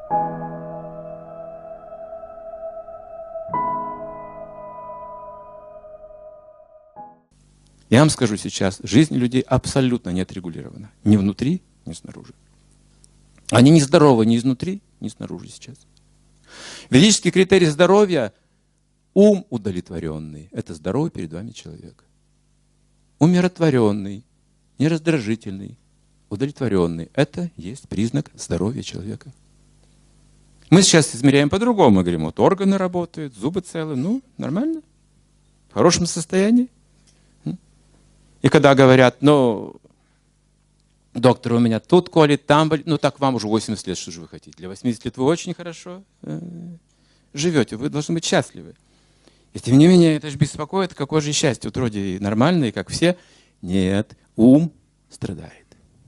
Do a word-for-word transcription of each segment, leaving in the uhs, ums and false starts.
Я вам скажу сейчас, жизнь людей абсолютно не отрегулирована. Ни внутри, ни снаружи. Они не здоровы ни изнутри, ни снаружи сейчас. Ведический критерий здоровья – ум удовлетворенный. Это здоровый перед вами человек. Умиротворенный, нераздражительный, удовлетворенный. Это есть признак здоровья человека. Мы сейчас измеряем по-другому. Мы говорим, вот органы работают, зубы целы. Ну, нормально. В хорошем состоянии. И когда говорят, ну, доктор, у меня тут колет, там болит, ну так вам уже восемьдесят лет, что же вы хотите? Для восьмидесяти лет вы очень хорошо э, живете, вы должны быть счастливы. И тем не менее, это же беспокоит, какое же счастье, вот вроде нормальное, как все. Нет, ум страдает.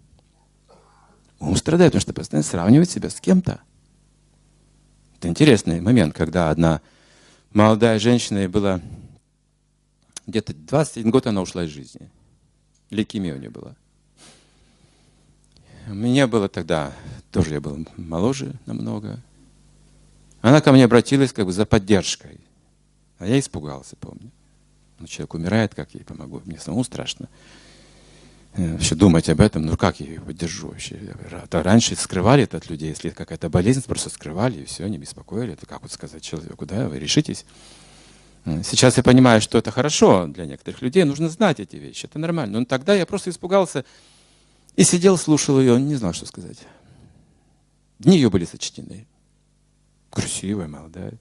Ум страдает, потому что постоянно сравнивает себя с кем-то. Это интересный момент, когда одна молодая женщина, ей было где-то двадцать один год, она ушла из жизни. Лейкемия у нее была. Мне было тогда, тоже я был моложе намного. Она ко мне обратилась как бы за поддержкой. А я испугался, помню. Ну, человек умирает, как я ей помогу? Мне самому страшно. Вообще думать об этом, ну как я ее поддержу вообще? А раньше скрывали это от людей, если это какая-то болезнь, просто скрывали, и все, не беспокоили. Это как вот сказать человеку, да, вы решитесь? Сейчас я понимаю, что это хорошо для некоторых людей, нужно знать эти вещи, это нормально. Но тогда я просто испугался и сидел, слушал ее, не знал, что сказать. Дни ее были сочтены. Красивая, молодая.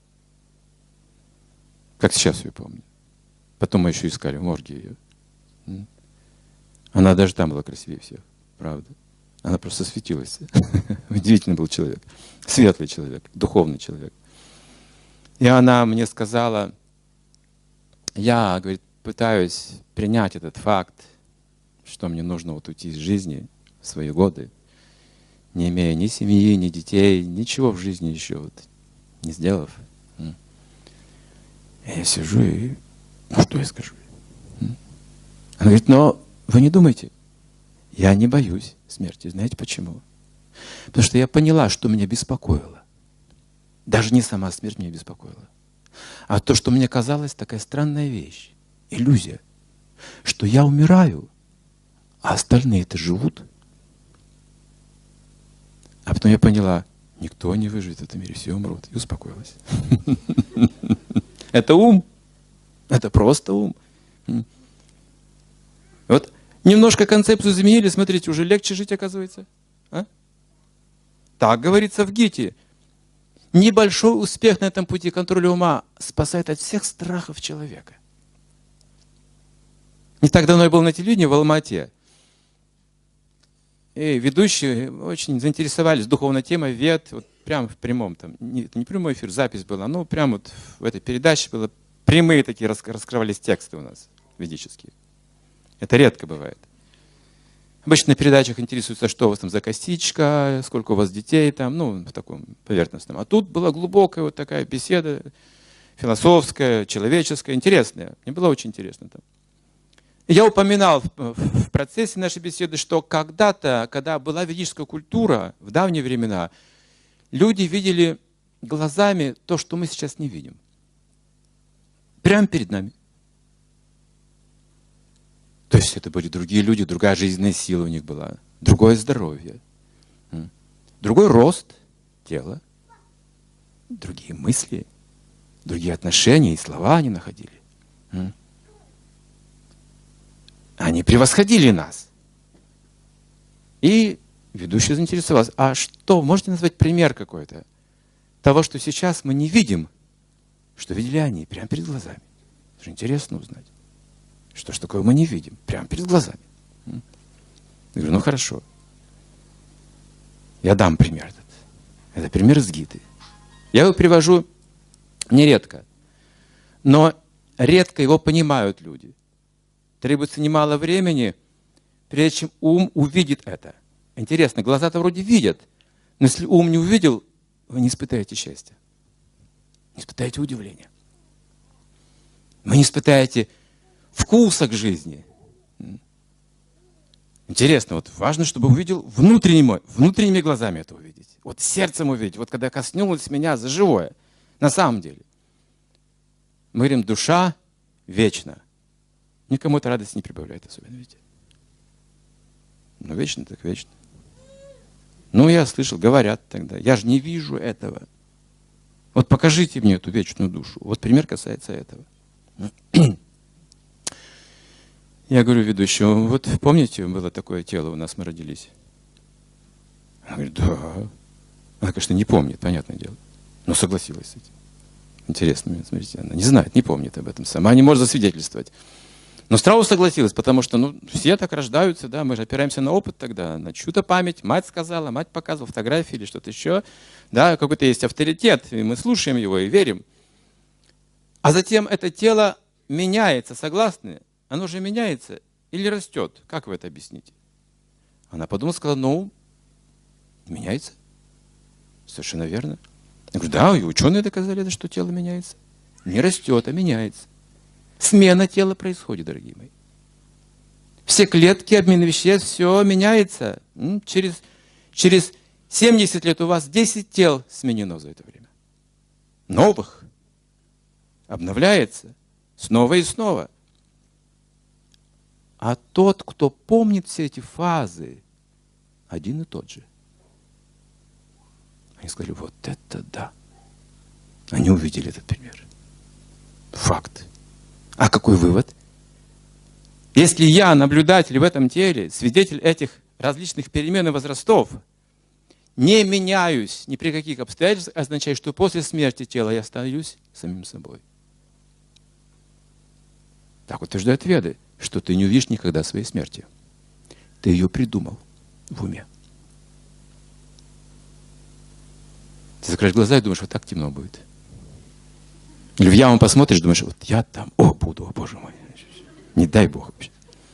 Как сейчас ее помню. Потом мы еще искали в морге ее. Она даже там была красивее всех, правда. Она просто светилась. Удивительный был человек. Светлый человек, духовный человек. И она мне сказала... Я, говорит, пытаюсь принять этот факт, что мне нужно вот уйти из жизни в свои годы, не имея ни семьи, ни детей, ничего в жизни еще вот не сделав. И я сижу и, ну что я скажу? Она говорит, но вы не думайте, я не боюсь смерти. Знаете почему? Потому что я поняла, что меня беспокоило. Даже не сама смерть меня беспокоила. А то, что мне казалось, такая странная вещь, иллюзия, что я умираю, а остальные-то живут. А потом я поняла, никто не выживет в этом мире, все умрут. И успокоилась. Это ум. Это просто ум. Вот немножко концепцию изменили, смотрите, уже легче жить, оказывается. А? Так говорится в Гите. Небольшой успех на этом пути контроля ума спасает от всех страхов человека. Не так давно я был на телевидении в Алма-Ате. И ведущие очень заинтересовались духовной темой вед, вот прямо в прямом, там, не, не прямой эфир, запись была, но прямо вот в этой передаче было прямые такие, раскрывались тексты у нас ведические. Это редко бывает. Обычно на передачах интересуется, что у вас там за косичка, сколько у вас детей там, ну, в таком поверхностном. А тут была глубокая вот такая беседа, философская, человеческая, интересная. Мне было очень интересно там. И я упоминал в, в процессе нашей беседы, что когда-то, когда была ведическая культура, в давние времена, люди видели глазами то, что мы сейчас не видим. Прямо перед нами. То есть это были другие люди, другая жизненная сила у них была, другое здоровье, другой рост тела, другие мысли, другие отношения и слова они находили. Они превосходили нас. И ведущий заинтересовался, а что, можете назвать пример какой-то того, что сейчас мы не видим, что видели они прямо перед глазами? Это же интересно узнать. Что ж такое мы не видим? Прямо перед глазами. Я говорю, ну хорошо. Я дам пример этот. Это пример из Гиты. Я его привожу нередко. Но редко его понимают люди. Требуется немало времени, прежде чем ум увидит это. Интересно, глаза-то вроде видят. Но если ум не увидел, вы не испытаете счастья. Не испытаете удивления. Вы не испытаете вкуса к жизни. Интересно, вот важно, чтобы увидел внутренними, внутренними глазами это увидеть. Вот сердцем увидеть, вот когда коснулось меня за живое. На самом деле. Мы говорим, душа вечна. Никому это радость не прибавляет, особенно, видите. Но вечно так вечно. Ну, я слышал, говорят тогда, я же не вижу этого. Вот покажите мне эту вечную душу. Вот пример касается этого. Я говорю ведущему, вот помните, было такое тело, у нас мы родились? Она говорит, да. Она, конечно, не помнит, понятное дело. Но согласилась с этим. Интересно, смотрите, она не знает, не помнит об этом сама, не может засвидетельствовать. Но сразу согласилась, потому что ну, все так рождаются, да, мы же опираемся на опыт тогда, на чью-то память. Мать сказала, мать показывала фотографии или что-то еще. Да, какой-то есть авторитет, и мы слушаем его и верим. А затем это тело меняется, согласны? Оно же меняется или растет? Как вы это объясните? Она подумала, сказала, ну, меняется. Совершенно верно. Я говорю, да, и ученые доказали, что тело меняется. Не растет, а меняется. Смена тела происходит, дорогие мои. Все клетки, обмен веществ, все меняется. Через, через семьдесят лет у вас десять тел сменено за это время. Новых. Обновляется. Снова и снова. А тот, кто помнит все эти фазы, один и тот же. Они сказали, вот это да. Они увидели этот пример. Факт. А какой вывод? Если я, наблюдатель в этом теле, свидетель этих различных перемен и возрастов, не меняюсь ни при каких обстоятельствах, означает, что после смерти тела я остаюсь самим собой. Так утверждают веды, что ты не увидишь никогда своей смерти. Ты ее придумал в уме. Ты закроешь глаза и думаешь, вот так темно будет. Или в яму посмотришь, думаешь, вот я там, о, буду, о, Боже мой. Не дай Бог вообще.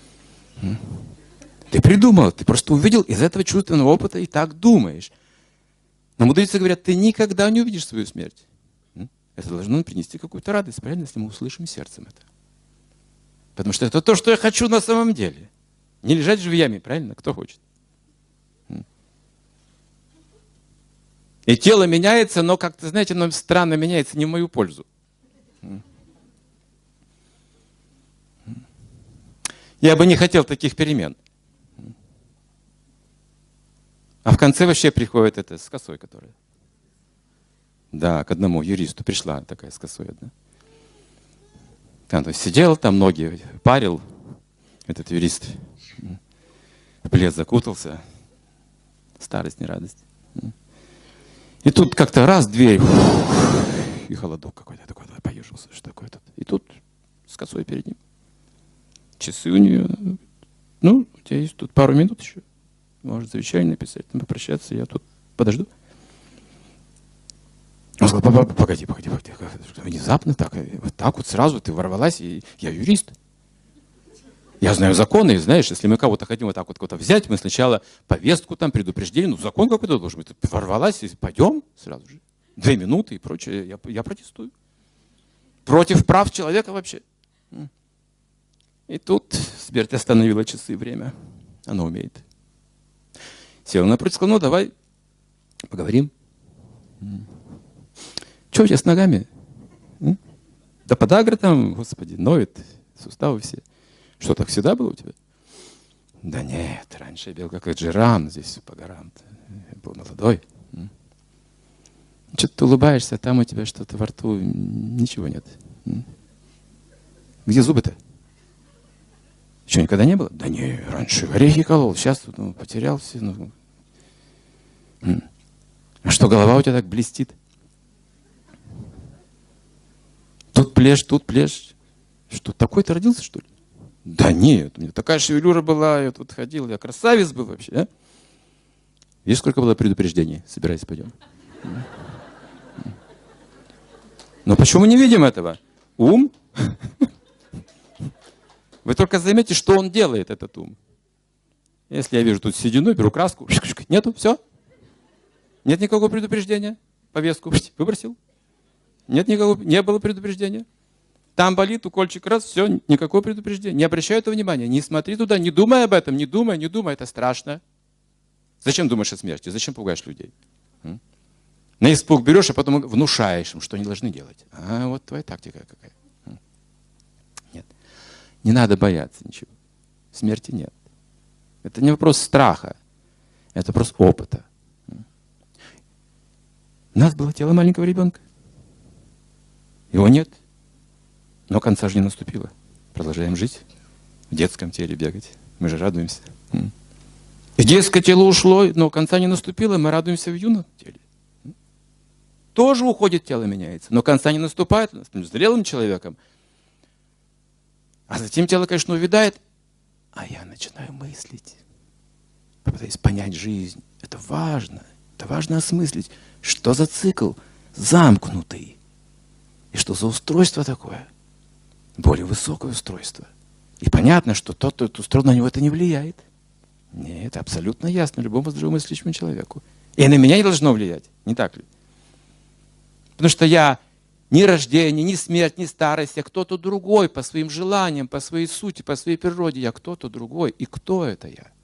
Ты придумал, ты просто увидел из этого чувственного опыта и так думаешь. Но мудрецы говорят, ты никогда не увидишь свою смерть. Это должно принести какую-то радость, правильно, если мы услышим сердцем это. Потому что это то, что я хочу на самом деле. Не лежать же в яме, правильно? Кто хочет? И тело меняется, но как-то, знаете, оно странно меняется, не в мою пользу. Я бы не хотел таких перемен. А в конце вообще приходит это с косой, которая. Да, к одному юристу пришла такая с косой одна. Там сидел, там ноги парил, этот юрист. В плед закутался. Старость, не радость. И тут как-то раз дверь, и холодок какой-то такой, поежился, что такое тут. И тут с косой перед ним. Часы у нее. Ну, у тебя есть тут пару минут еще. Может, завещание написать, там попрощаться, я тут подожду. Он сказал, погоди, погоди, погоди. Внезапно так, вот так вот сразу ты ворвалась, и я юрист. Я знаю законы, и знаешь, если мы кого-то хотим вот так вот кого-то взять, мы сначала повестку там, предупреждение, ну закон какой-то должен быть. Ты ворвалась, и пойдем сразу же. Две минуты и прочее, я, я протестую. Против прав человека вообще. И тут смерть остановила часы, время. Она умеет. Села напротив, сказала, ну давай поговорим. Что у тебя с ногами? Да подагра там, господи, ноет, суставы все. Что, так всегда было у тебя? Да нет, раньше я бегал как Джеран здесь по горам. Я был молодой. Что-то ты улыбаешься, а там у тебя что-то во рту, ничего нет. Где зубы-то? Что, никогда не было? Да не, раньше орехи колол, сейчас ну, потерял все. Ну. А что, голова у тебя так блестит? Тут плешь, тут плешь. Что, такой ты родился, что ли? Да нет, у меня такая шевелюра была, я тут ходил, я красавец был вообще. А? Видишь, сколько было предупреждений? Собирайся, пойдем. Но почему мы не видим этого? Ум? Вы только заметьте, что он делает, этот ум. Если я вижу тут седину, беру краску, нету, все. Нет никакого предупреждения. Повестку выбросил. Нет никакого, не было предупреждения. Там болит, укольчик, раз, все, никакого предупреждения. Не обращай этого внимания, не смотри туда, не думай об этом, не думай, не думай, это страшно. Зачем думаешь о смерти? Зачем пугаешь людей? М? На испуг берешь, а потом внушаешь им, что они должны делать. А вот твоя тактика какая. М? Нет. Не надо бояться ничего. Смерти нет. Это не вопрос страха, это вопрос опыта. У нас было тело маленького ребенка. Его нет. Но конца же не наступило. Продолжаем жить. В детском теле бегать. Мы же радуемся. И детское тело ушло, но конца не наступило, мы радуемся в юном теле. Тоже уходит тело, меняется. Но конца не наступает, зрелым человеком. А затем тело, конечно, увядает. А я начинаю мыслить. Попытаюсь понять жизнь. Это важно. Это важно осмыслить. Что за цикл замкнутый? И что за устройство такое? Более высокое устройство. И понятно, что тот, кто это устроил, на него это не влияет. Нет, это абсолютно ясно любому здравомыслящему человеку. И на меня не должно влиять. Не так ли? Потому что я ни рождение, ни смерть, ни старость, я кто-то другой по своим желаниям, по своей сути, по своей природе. Я кто-то другой. И кто это я?